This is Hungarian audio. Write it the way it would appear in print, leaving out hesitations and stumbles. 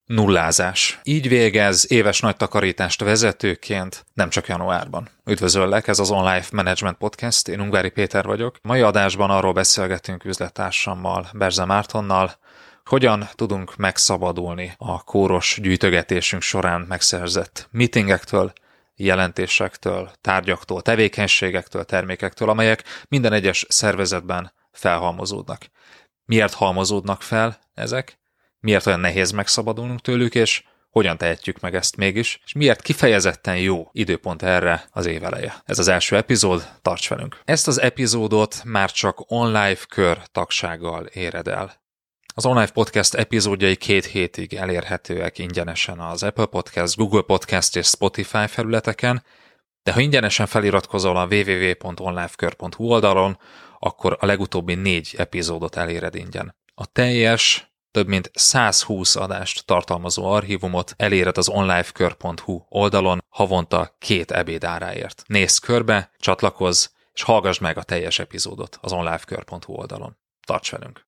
Nullázás. Így végez éves nagy takarítást vezetőként, nem csak januárban. Üdvözöllek, ez az Online Management Podcast, én Ungvári Péter vagyok. Mai adásban arról beszélgetünk üzlettársammal, Berze Mártonnal, hogyan tudunk megszabadulni a kóros gyűjtögetésünk során megszerzett meetingektől, jelentésektől, tárgyaktól, tevékenységektől, termékektől, amelyek minden egyes szervezetben felhalmozódnak. Miért halmozódnak fel ezek? Miért olyan nehéz megszabadulnunk tőlük, és hogyan tehetjük meg ezt mégis, és miért kifejezetten jó időpont erre az év eleje. Ez az első epizód, tarts velünk! Ezt az epizódot már csak online kör tagsággal éred el. Az Online Podcast epizódjai 2 hétig elérhetőek ingyenesen az Apple Podcast, Google Podcast és Spotify felületeken, de ha ingyenesen feliratkozol a www.onlifekör.hu oldalon, akkor a legutóbbi 4 epizódot eléred ingyen. A teljes, több mint 120 adást tartalmazó archívumot eléred az onlifekör.hu oldalon havonta 2 ebéd áráért. Nézz körbe, csatlakozz, és hallgass meg a teljes epizódot az onlifekör.hu oldalon. Tarts velünk!